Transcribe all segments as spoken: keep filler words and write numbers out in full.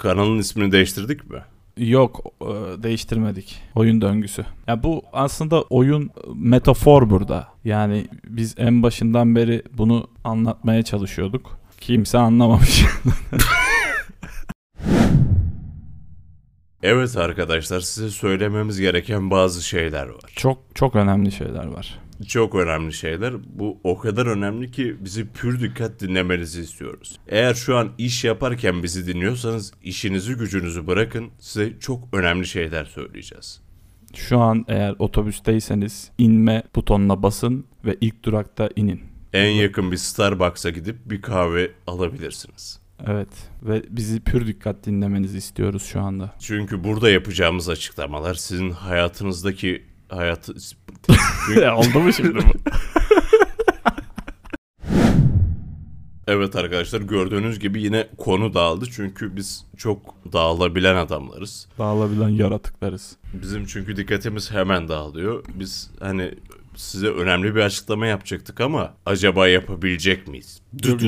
Kanalın ismini değiştirdik mi? Yok, değiştirmedik. Oyun döngüsü. Ya bu aslında oyun metafor burada. Yani biz en başından beri bunu anlatmaya çalışıyorduk. Kimse anlamamış. Evet arkadaşlar, size söylememiz gereken bazı şeyler var. Çok çok önemli şeyler var. Çok önemli şeyler. Bu o kadar önemli ki bizi pür dikkat dinlemenizi istiyoruz. Eğer şu an iş yaparken bizi dinliyorsanız işinizi gücünüzü bırakın. Size çok önemli şeyler söyleyeceğiz. Şu an eğer otobüsteyseniz inme butonuna basın ve ilk durakta inin. En yakın bir Starbucks'a gidip bir kahve alabilirsiniz. Evet ve bizi pür dikkat dinlemenizi istiyoruz şu anda. Çünkü burada yapacağımız açıklamalar sizin hayatınızdaki hayatı... Oldu mu şimdi bu? Evet arkadaşlar, gördüğünüz gibi yine konu dağıldı çünkü biz çok dağılabilen adamlarız. Dağılabilen yaratıklarız. Bizim çünkü dikkatimiz hemen dağılıyor. Biz hani size önemli bir açıklama yapacaktık ama acaba yapabilecek miyiz?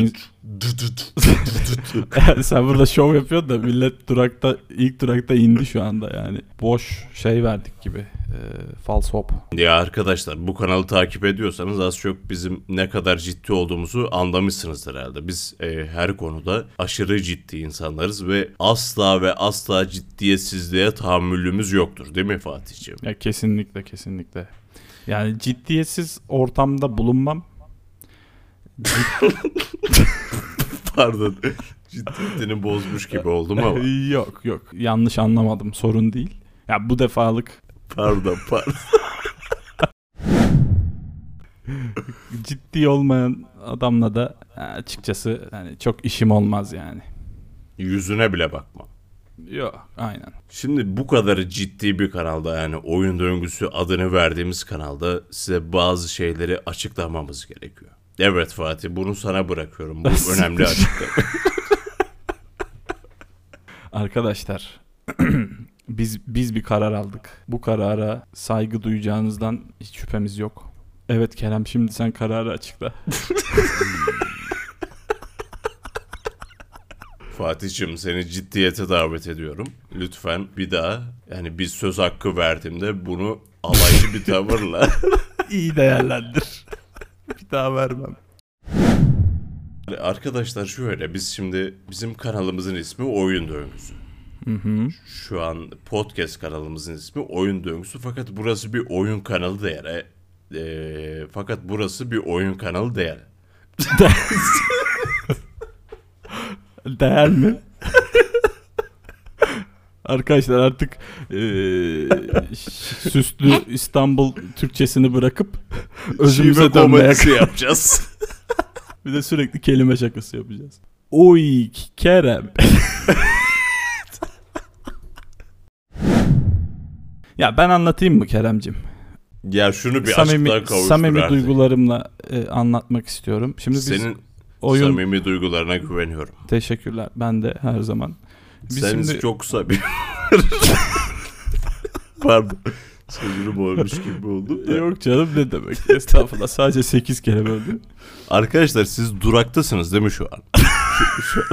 Sen burada şov yapıyorsun da millet durakta ilk durakta indi şu anda yani. Boş şey verdik gibi. E, false hope. Ya arkadaşlar, bu kanalı takip ediyorsanız az çok bizim ne kadar ciddi olduğumuzu anlamışsınızdır herhalde. Biz e, her konuda aşırı ciddi insanlarız ve asla ve asla ciddiyetsizliğe tahammülümüz yoktur, değil mi Fatih'ciğim? Ya kesinlikle kesinlikle. Yani ciddiyetsiz ortamda bulunmam. Pardon. Ciddiyetini bozmuş gibi oldum ama. Yok yok. Yanlış anlamadım. Sorun değil. Ya bu defalık. Pardon pardon. Ciddi olmayan adamla da açıkçası yani çok işim olmaz yani. Yüzüne bile bakmam. Yok aynen. Şimdi bu kadar ciddi bir kanalda, yani oyun döngüsü adını verdiğimiz kanalda size bazı şeyleri açıklamamız gerekiyor. Evet Fatih, bunu sana bırakıyorum. Bu önemli açıklama. Arkadaşlar biz biz bir karar aldık. Bu karara saygı duyacağınızdan hiç şüphemiz yok. Evet Kerem, şimdi sen kararı açıkla. Fatih'cim, seni ciddiyete davet ediyorum. Lütfen bir daha, yani bir söz hakkı verdiğimde bunu alaycı bir tavırla iyi değerlendir. Bir daha vermem. Arkadaşlar şöyle, biz şimdi bizim kanalımızın ismi Oyun Döngüsü. Hı hı. Şu an podcast kanalımızın ismi Oyun Döngüsü, fakat burası bir oyun kanalı değil. E, e, fakat burası bir oyun kanalı değil. Değer mi? Arkadaşlar artık e, süslü İstanbul Türkçesini bırakıp özümüze dönmeye yapacağız. Bir de sürekli kelime şakası yapacağız. Oy Kerem. Ya ben anlatayım mı Keremcim? Ya şunu bir samimi, açıklığa kavuştur samimi artık. duygularımla e, anlatmak istiyorum. Şimdi biz senin oyun... samimi duygularına güveniyorum. Teşekkürler. Ben de her zaman. Biz Sen şimdi... çok samimi. Pardon. Sözünü bölmüş gibi oldu da. Yok canım, ne demek. Estağfurullah. Sadece sekiz kere böldüm. Arkadaşlar siz duraktasınız değil mi şu an? şu, şu...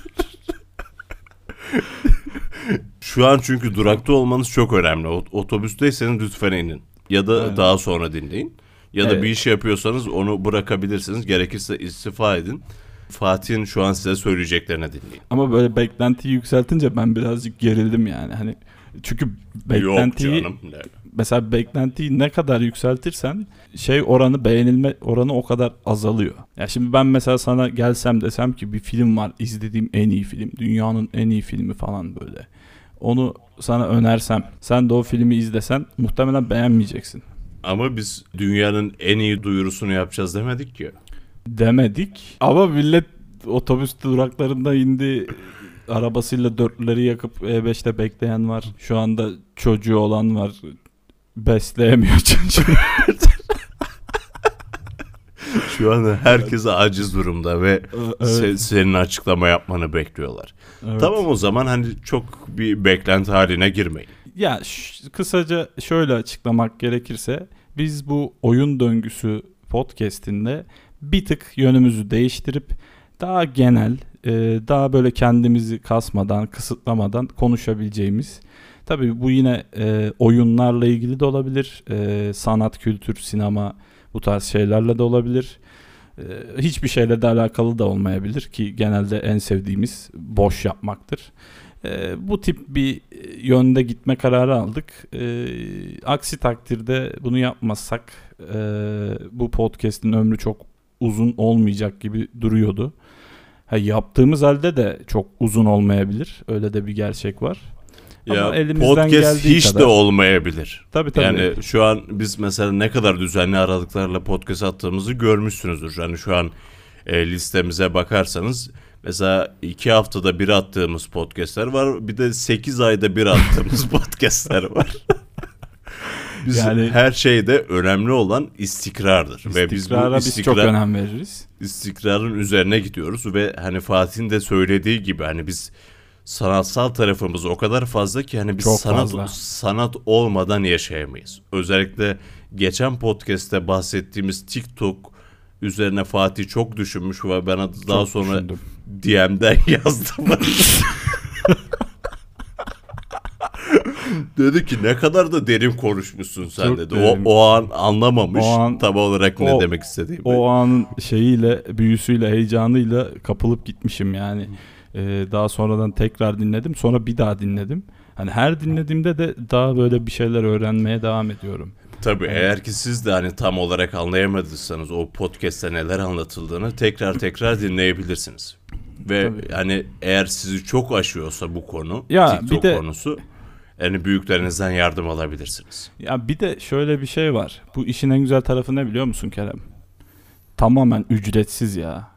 şu an çünkü durakta olmanız çok önemli. Otobüsteyseniz lütfen inin. Ya da evet. daha sonra dinleyin. Ya da evet. bir iş yapıyorsanız onu bırakabilirsiniz. Gerekirse istifa edin. Fatih'in şu an size söyleyeceklerine dinleyin. Ama böyle beklentiyi yükseltince ben birazcık gerildim yani. Hani çünkü beklentiyi Yok canım. Mesela beklentiyi ne kadar yükseltirsen şey oranı, beğenilme oranı o kadar azalıyor. Ya şimdi ben mesela sana gelsem desem ki bir film var, izlediğim en iyi film, dünyanın en iyi filmi falan böyle. Onu sana önersem, sen de o filmi izlesen muhtemelen beğenmeyeceksin. Ama biz dünyanın en iyi duyurusunu yapacağız demedik ki. Demedik. Ama millet otobüs duraklarında indi, arabasıyla dörtleri yakıp E beşte bekleyen var. Şu anda çocuğu olan var. Besleyemiyor çocuğu. Şu anda herkes aciz durumda ve evet. se- senin açıklama yapmanı bekliyorlar. Evet. Tamam, o zaman hani çok bir beklenti haline girmeyin. Ya ş- kısaca şöyle açıklamak gerekirse, biz bu oyun döngüsü podcast'inde bir tık yönümüzü değiştirip daha genel, e, daha böyle kendimizi kasmadan, kısıtlamadan konuşabileceğimiz. Tabii bu yine e, oyunlarla ilgili de olabilir, e, sanat, kültür, sinema, bu tarz şeylerle de olabilir. E, hiçbir şeyle de alakalı da olmayabilir ki genelde en sevdiğimiz boş yapmaktır. E, bu tip bir yönde gitme kararı aldık. E, aksi takdirde bunu yapmazsak e, bu podcast'in ömrü çok uzun olmayacak gibi duruyordu. Ha, yaptığımız halde de çok uzun olmayabilir. Öyle de bir gerçek var. Ya ama elimizden podcast geldiği hiç kadar de olmayabilir. Tabii tabii. Yani şu an biz mesela ne kadar düzenli aralıklarla podcast attığımızı görmüşsünüzdür. Yani şu an e, listemize bakarsanız mesela iki haftada bir attığımız podcastler var. Bir de sekiz ayda bir attığımız podcastler var. Biz Yani her şeyde önemli olan istikrardır. Ve biz bu istikrara biz istikrar, çok önem veririz. istikrarın üzerine gidiyoruz ve hani Fatih'in de söylediği gibi hani biz sanatsal tarafımız o kadar fazla ki hani biz Çok sanat fazla. sanat olmadan yaşayamayız. Özellikle geçen podcast'te bahsettiğimiz TikTok üzerine Fatih çok düşünmüş ve bana daha Çok sonra düşündüm. D M'den yazdı. Dedi ki ne kadar da derin konuşmuşsun sen Çok dedi. derin. O, o an anlamamış O an- tam olarak ne o- demek istediğimi. O anın şeyiyle, büyüsüyle, heyecanıyla kapılıp gitmişim yani. Ee, daha sonradan tekrar dinledim. Sonra bir daha dinledim. Hani her dinlediğimde de daha böyle bir şeyler öğrenmeye devam ediyorum. Tabii Evet. eğer ki siz de hani tam olarak anlayamadıysanız o podcast'te neler anlatıldığını tekrar tekrar dinleyebilirsiniz. Ve Tabii. hani eğer sizi çok aşıyorsa bu konu, Ya TikTok bir de- konusu, yani büyüklerinizden yardım alabilirsiniz. Ya bir de şöyle bir şey var. Bu işin en güzel tarafı ne biliyor musun Kerem? Tamamen ücretsiz ya.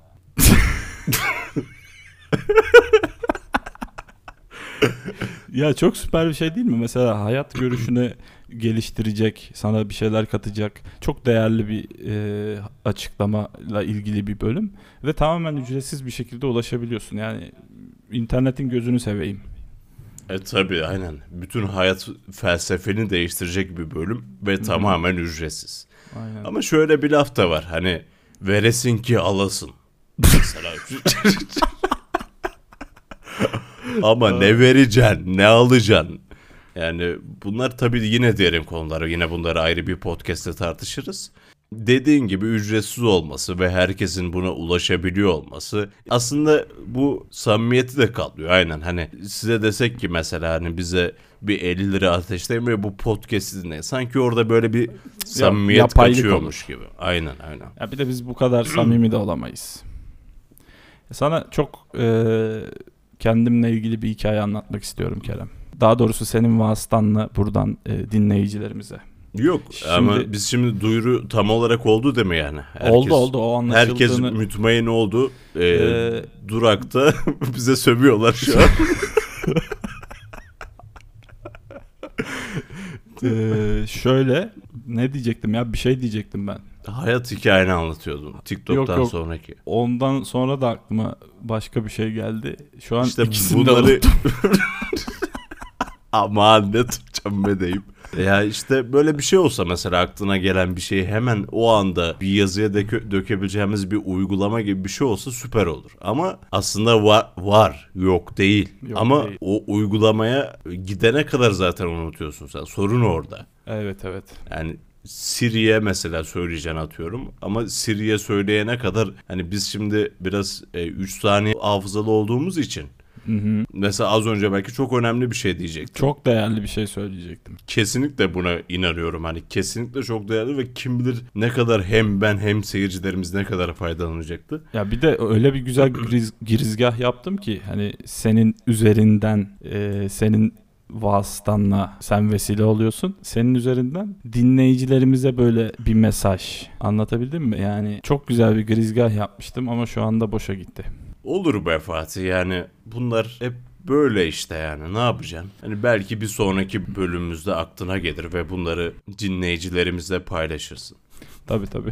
Ya çok süper bir şey değil mi? Mesela hayat görüşünü geliştirecek, sana bir şeyler katacak çok değerli bir e, açıklamayla ilgili bir bölüm ve tamamen ücretsiz bir şekilde ulaşabiliyorsun. Yani internetin gözünü seveyim. E tabii aynen. Bütün hayat felsefeni değiştirecek bir bölüm ve tamamen ücretsiz. Aynen. Ama şöyle bir laf da var. Hani veresin ki alasın. Mesela. Ama ne vereceksin, ne alacaksın? Yani bunlar tabii yine derin konular. Yine bunları ayrı bir podcast'te tartışırız. Dediğin gibi ücretsiz olması ve herkesin buna ulaşabiliyor olması aslında bu samimiyeti de katlıyor. Aynen hani size desek ki mesela hani bize bir elli lira ateşleyin ve bu podcast'i dinleyin. Sanki orada böyle bir samimiyet yapaylık kaçıyormuş gibi. Aynen aynen. Ya bir de biz bu kadar samimi de olamayız. Sana çok e, kendimle ilgili bir hikaye anlatmak istiyorum Kerem. Daha doğrusu senin vasıtanla buradan e, dinleyicilerimize. Yok Şimdi- ama biz şimdi duyuru tam olarak oldu değil mi yani? Herkes, oldu oldu o anlaşıldığını. Herkes mütmain oldu. Ee, Ee, durakta bize sövüyorlar şu an. Ee, şöyle ne diyecektim ya bir şey diyecektim ben. Hayat hikayeni anlatıyordum. TikTok'tan Yok, yok. sonraki. Ondan sonra da aklıma başka bir şey geldi. Şu an İşte ikisini de bunları... unuttum. Aman ne tutacağım be deyip. Ya işte böyle bir şey olsa mesela aklına gelen bir şeyi hemen o anda bir yazıya döke- dökebileceğimiz bir uygulama gibi bir şey olsa süper olur. Ama aslında va- var, yok değil. Yok Ama değil. o uygulamaya gidene kadar zaten unutuyorsun sen. Sorun orada. Evet evet. Yani Siri'ye mesela söyleyeceğini atıyorum ama Siri'ye söyleyene kadar hani biz şimdi biraz üç saniye hafızalı olduğumuz için Hı hı. mesela az önce belki çok önemli bir şey diyecektim. Çok değerli bir şey söyleyecektim. Kesinlikle buna inanıyorum. Hani kesinlikle çok değerli ve kim bilir ne kadar hem ben hem seyircilerimiz ne kadar faydalanacaktı. Ya bir de öyle bir güzel giriz, girizgah yaptım ki hani senin üzerinden e, senin vasıtanla sen vesile oluyorsun. Senin üzerinden dinleyicilerimize böyle bir mesaj anlatabildim mi? Yani çok güzel bir girizgah yapmıştım ama şu anda boşa gitti. Olur be Fatih, yani bunlar hep böyle işte, yani ne yapacaksın? Hani belki bir sonraki bölümümüzde aklına gelir ve bunları dinleyicilerimizle paylaşırsın. Tabii tabii.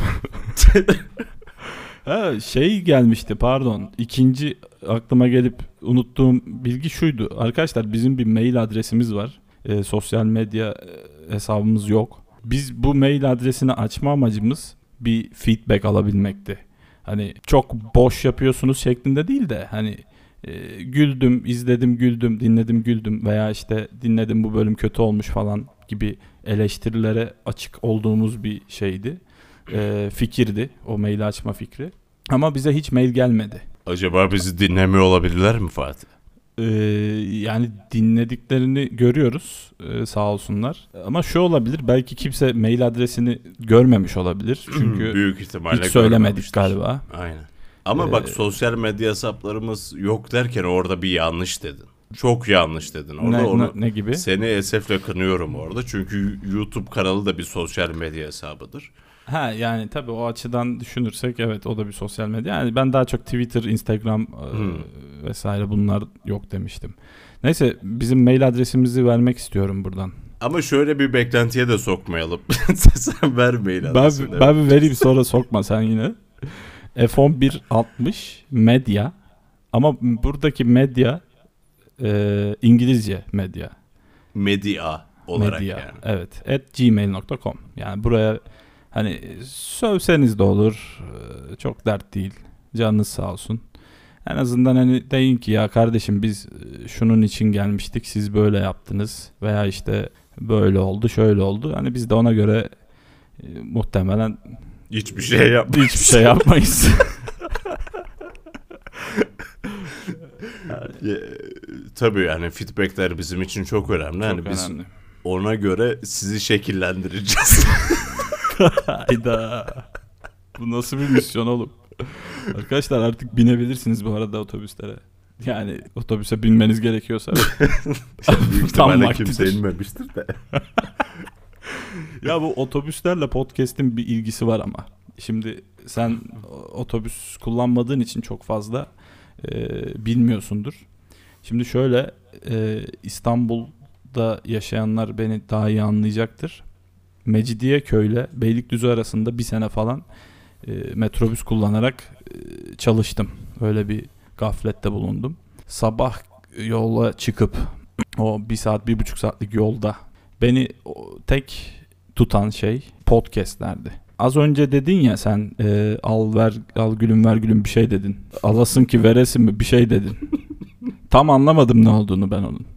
Ha, şey gelmişti pardon. İkinci aklıma gelip unuttuğum bilgi şuydu. Arkadaşlar bizim bir mail adresimiz var. E, sosyal medya e, hesabımız yok. Biz bu mail adresini açma amacımız bir feedback alabilmekti. Hani çok boş yapıyorsunuz şeklinde değil de hani e, güldüm, izledim, güldüm, dinledim, güldüm veya işte dinledim bu bölüm kötü olmuş falan gibi eleştirilere açık olduğumuz bir şeydi. E, fikirdi o maili açma fikri. Ama bize hiç mail gelmedi. Acaba bizi dinlemiyor olabilirler mi Fatih? Ee, yani dinlediklerini görüyoruz ee, sağ olsunlar. Ama şu olabilir, belki kimse mail adresini görmemiş olabilir. Çünkü büyük ihtimalle hiç söylemedik galiba. Aynen. Ama Ee, bak sosyal medya hesaplarımız yok derken orada bir yanlış dedin. Çok yanlış dedin. Orada ne, onu, ne, ne gibi? Seni esefle kınıyorum orada. Çünkü YouTube kanalı da bir sosyal medya hesabıdır. Ha yani tabii o açıdan düşünürsek evet o da bir sosyal medya. Yani ben daha çok Twitter, Instagram hmm. e, vesaire bunlar yok demiştim. Neyse bizim mail adresimizi vermek istiyorum buradan. Ama şöyle bir beklentiye de sokmayalım. Sen ver mail adresini. Ben, ben bir vereyim sonra sokma sen yine. F on bir altmış medya ama buradaki medya e, İngilizce medya. Medya olarak medya, yani. Evet. at gmail nokta com. Yani buraya hani sövseniz de olur. Çok dert değil. Canınız sağ olsun. En azından hani deyin ki ya kardeşim biz şunun için gelmiştik. Siz böyle yaptınız. Veya işte böyle oldu, şöyle oldu. Hani biz de ona göre e, muhtemelen hiçbir şey yapmayız. Hiçbir şey yapmayız. ya, tabii yani feedbackler bizim için çok önemli. Çok yani biz önemli. Ona göre sizi şekillendireceğiz. Hayda. Bu nasıl bir misyon oğlum? Arkadaşlar artık binebilirsiniz bu arada otobüslere. Yani otobüse binmeniz gerekiyorsa. Büyük ihtimalle kimse inmemiştir de. Ya bu otobüslerle podcast'in bir ilgisi var ama. Şimdi sen otobüs kullanmadığın için çok fazla e, bilmiyorsundur. Şimdi şöyle e, İstanbul'da yaşayanlar beni daha iyi anlayacaktır. Mecidiyeköy ile Beylikdüzü arasında bir sene falan e, metrobüs kullanarak e, çalıştım. Öyle bir gaflette bulundum. Sabah yola çıkıp o bir saat, bir buçuk saatlik yolda beni o, tek tutan şey podcastlerdi. Az önce dedin ya sen e, al ver al gülüm ver gülüm bir şey dedin. Alasın ki veresin mi bir şey dedin. Tam anlamadım ne olduğunu ben onun.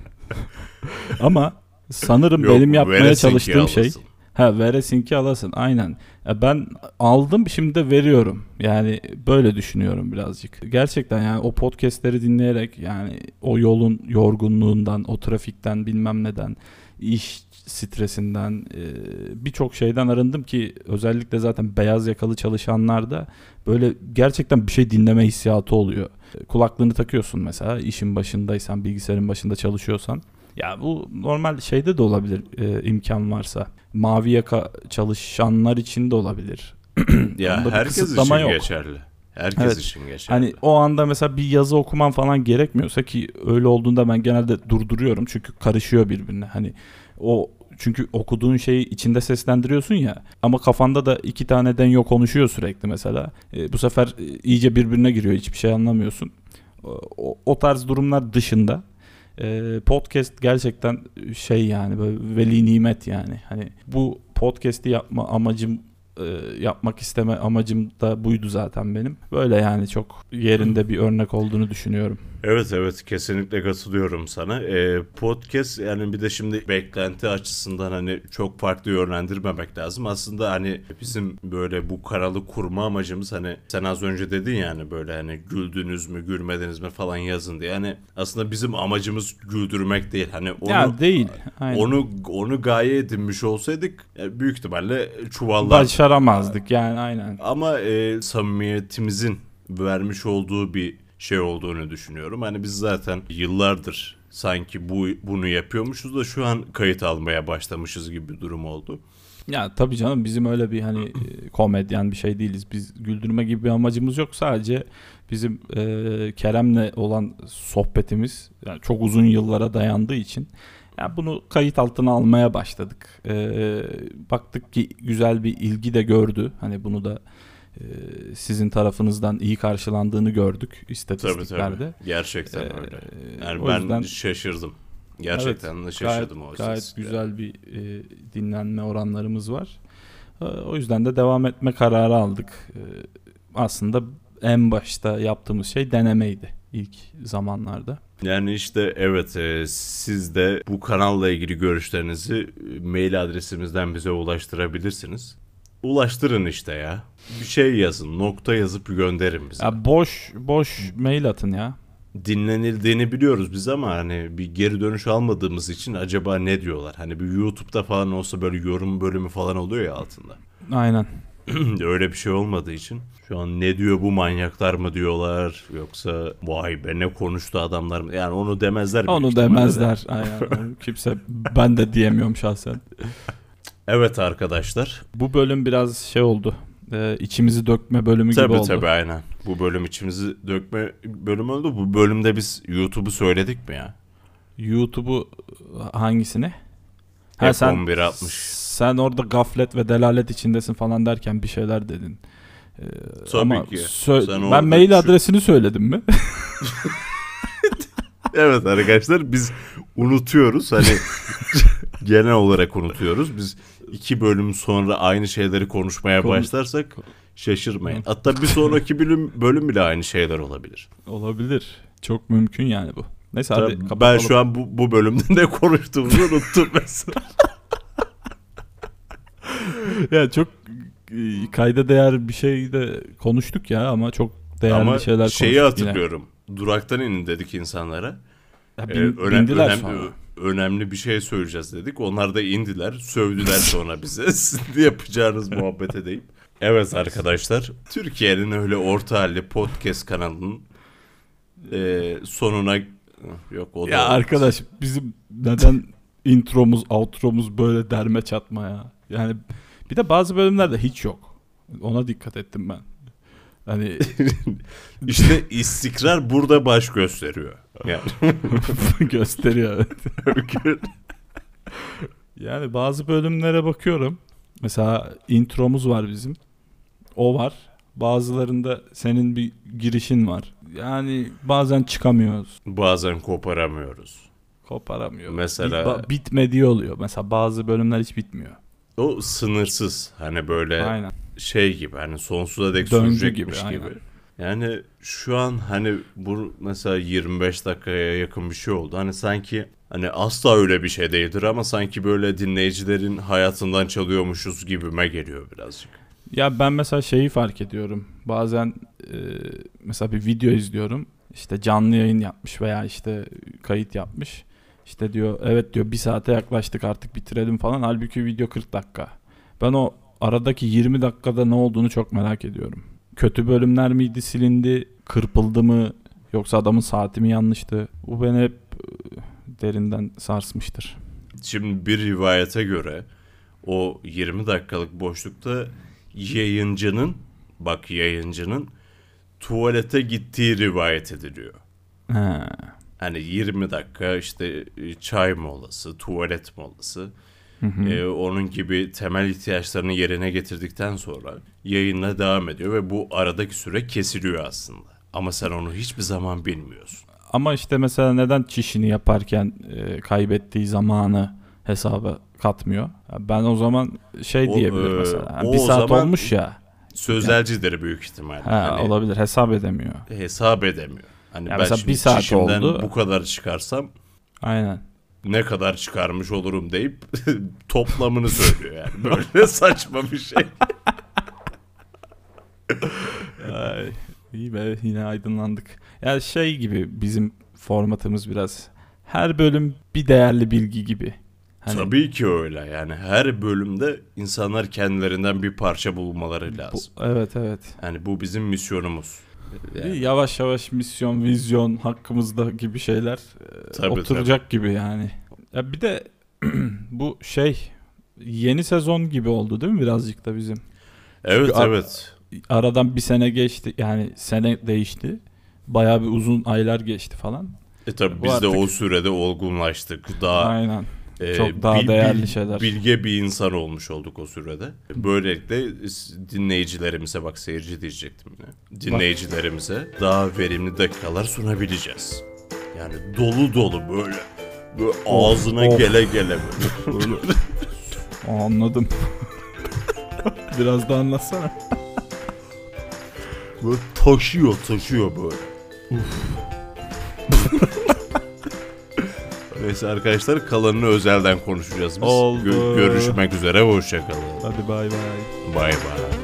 Ama sanırım Yok, benim yapmaya çalıştığım şey ha veresin ki alasın aynen. Ya ben aldım şimdi de veriyorum. Yani böyle düşünüyorum birazcık. Gerçekten yani o podcastleri dinleyerek yani o yolun yorgunluğundan, o trafikten bilmem neden, iş stresinden birçok şeyden arındım ki özellikle zaten beyaz yakalı çalışanlarda böyle gerçekten bir şey dinleme hissiyatı oluyor. Kulaklığını takıyorsun mesela işin başındaysan, bilgisayarın başında çalışıyorsan. Ya bu normal şeyde de olabilir e, imkan varsa. Mavi yaka çalışanlar için de olabilir. Ya herkes için yok. geçerli. Herkes evet. için geçerli. Hani o anda mesela bir yazı okuman falan gerekmiyorsa ki öyle olduğunda ben genelde durduruyorum çünkü karışıyor birbirine. Hani o çünkü okuduğun şeyi içinde seslendiriyorsun ya ama kafanda da iki tane denyo konuşuyor sürekli mesela. E, bu sefer iyice birbirine giriyor, hiçbir şey anlamıyorsun. O, o tarz durumlar dışında e, podcast gerçekten şey yani böyle veli nimet yani. Hani bu podcast'i yapma amacım e, yapmak isteme amacım da buydu zaten benim. Böyle yani çok yerinde bir örnek olduğunu düşünüyorum. Evet evet kesinlikle katılıyorum sana. Ee, podcast yani bir de şimdi beklenti açısından hani çok farklı yönlendirmemek lazım. Aslında hani bizim böyle bu kanalı kurma amacımız hani sen az önce dedin yani böyle hani güldünüz mü gülmediniz mi falan yazın diye. Yani aslında bizim amacımız güldürmek değil. Hani onu ya değil. Aynen. Onu onu gaye edinmiş olsaydık büyük ihtimalle çuvallar başaramazdık yani aynen. Ama e, samimiyetimizin vermiş olduğu bir şey olduğunu düşünüyorum. Hani biz zaten yıllardır sanki bu bunu yapıyormuşuz da şu an kayıt almaya başlamışız gibi bir durum oldu. Ya tabii canım bizim öyle bir hani komedyen bir şey değiliz. Biz güldürme gibi bir amacımız yok. Sadece bizim e, Kerem'le olan sohbetimiz yani çok uzun yıllara dayandığı için yani bunu kayıt altına almaya başladık. E, baktık ki güzel bir ilgi de gördü. Hani bunu da sizin tarafınızdan iyi karşılandığını gördük istatistiklerde. Tabii tabii. Gerçekten ee, öyle. Yani o ben yüzden, şaşırdım. Gerçekten evet, de şaşırdım gayet, o Gayet güzel bir e, dinlenme oranlarımız var. E, o yüzden de devam etme kararı aldık. E, aslında en başta yaptığımız şey denemeydi ilk zamanlarda. Yani işte evet e, siz de bu kanalla ilgili görüşlerinizi mail adresimizden bize ulaştırabilirsiniz. Ulaştırın işte ya. Bir şey yazın, nokta yazıp gönderin bize. Ya boş boş mail atın ya. Dinlenildiğini biliyoruz biz ama hani bir geri dönüş almadığımız için acaba ne diyorlar? Hani bir YouTube'da falan olsa böyle yorum bölümü falan oluyor ya altında. Aynen. Öyle bir şey olmadığı için şu an ne diyor bu manyaklar mı diyorlar yoksa vay be ne konuştu adamlar mı? Yani onu demezler. Onu demezler. De. Aynen. Kimse, ben de diyemiyorum şahsen. Evet arkadaşlar. Bu bölüm biraz şey oldu. Ee, içimizi dökme bölümü tabii, gibi oldu. Tabii tabii aynen. Bu bölüm içimizi dökme bölümü oldu. Bu bölümde biz YouTube'u söyledik mi ya? YouTube'u hangisini? Ha, F on bir altmış. Sen orada gaflet ve delalet içindesin falan derken bir şeyler dedin. Ee, Tabii ama ki. Sö- ben mail şu... adresini söyledim mi? Evet arkadaşlar biz unutuyoruz. Hani genel olarak unutuyoruz. Biz iki bölüm sonra aynı şeyleri konuşmaya Konuş... başlarsak şaşırmayın. Hatta bir sonraki bölüm, bölüm bile aynı şeyler olabilir. Olabilir. Çok mümkün yani bu. Neyse Tabii, hadi kapatalım. Ben şu an bu, bu bölümde ne konuştuğumuzu unuttum mesela. Ya çok kayda değer bir şey de konuştuk ya ama çok değerli ama şeyler konuştuk. Ama şeyi hatırlıyorum. Yine. Duraktan inin dedik insanlara. Ya bin, ee, önem, önemli, önemli bir şey söyleyeceğiz dedik. Onlar da indiler. Sövdüler sonra bize. Sizin de yapacağınız muhabbete deyip. Evet arkadaşlar. Türkiye'nin öyle orta halli podcast kanalının e, sonuna yok o da ya olmaz. Arkadaş bizim neden intromuz, outromuz böyle derme çatma ya. Yani bir de bazı bölümlerde hiç yok. Ona dikkat ettim ben. Hani işte istikrar burada baş gösteriyor. Yani gösteriyor. Yani bazı bölümlere bakıyorum. Mesela intromuz var bizim. O var. Bazılarında senin bir girişin var. Yani bazen çıkamıyoruz. Bazen koparamıyoruz. Koparamıyor. Mesela Bit, bitmediği oluyor. Mesela bazı bölümler hiç bitmiyor. O sınırsız. Hani böyle aynen. Şey gibi hani sonsuza dek Döngü sürecekmiş gibi. gibi. Yani şu an hani bu mesela yirmi beş dakikaya yakın bir şey oldu. Hani sanki hani asla öyle bir şey değildir ama sanki böyle dinleyicilerin hayatından çalıyormuşuz gibime geliyor birazcık. Ya ben mesela şeyi fark ediyorum. Bazen e, mesela bir video izliyorum. İşte canlı yayın yapmış veya işte kayıt yapmış. İşte diyor evet diyor bir saate yaklaştık artık bitirelim falan. Halbuki video kırk dakika. Ben o aradaki yirmi dakikada ne olduğunu çok merak ediyorum. Kötü bölümler miydi, silindi, kırpıldı mı yoksa adamın saati mi yanlıştı? Bu beni hep derinden sarsmıştır. Şimdi bir rivayete göre o yirmi dakikalık boşlukta yayıncının bak yayıncının tuvalete gittiği rivayet ediliyor. He. Hani yirmi dakika işte çay molası, tuvalet molası. Hı hı. Ee, onun gibi temel ihtiyaçlarını yerine getirdikten sonra yayına devam ediyor ve bu aradaki süre kesiliyor aslında. Ama sen onu hiçbir zaman bilmiyorsun. Ama işte mesela neden çişini yaparken e, kaybettiği zamanı hesaba katmıyor? Ben o zaman şey o, diyebilir e, mesela. Yani bir saat olmuş ya. Sözelcidir büyük ihtimalle. Ha, hani olabilir. Hesap edemiyor. Hesap edemiyor. Hani yani ben şimdi bir saat çişimden oldu. Bu kadar çıkarsam. Aynen. Ne kadar çıkarmış olurum deyip toplamını söylüyor yani. Böyle saçma bir şey. Ay, iyi be yine aydınlandık. Ya yani şey gibi bizim formatımız biraz. Her bölüm bir değerli bilgi gibi. Hani, tabii ki öyle yani. Her bölümde insanlar kendilerinden bir parça bulmaları lazım. Bu, evet evet. Yani bu bizim misyonumuz. Yani. Yavaş yavaş misyon, vizyon hakkımızda gibi şeyler tabii, oturacak tabii. gibi yani. Ya bir de bu şey yeni sezon gibi oldu değil mi birazcık da bizim? Evet Çünkü evet. Ar- aradan bir sene geçti yani sene değişti. Bayağı bir uzun aylar geçti falan. E tabii biz artık... de o sürede olgunlaştık. Daha aynen. Çok daha bil, değerli bil, şeyler. Bilge bir insan olmuş olduk o sürede. Böylelikle dinleyicilerimize bak seyirci diyecektim yine. Dinleyicilerimize bak. Daha verimli dakikalar sunabileceğiz. Yani dolu dolu böyle. Böyle ağzına of, gele gele böyle. Anladım. Biraz da anlatsana. Böyle taşıyor taşıyor böyle. Neyse arkadaşlar, kalanını özelden konuşacağız biz. Oldu. Gö- görüşmek üzere, hoşçakalın. Hadi bay bay. Bay bay.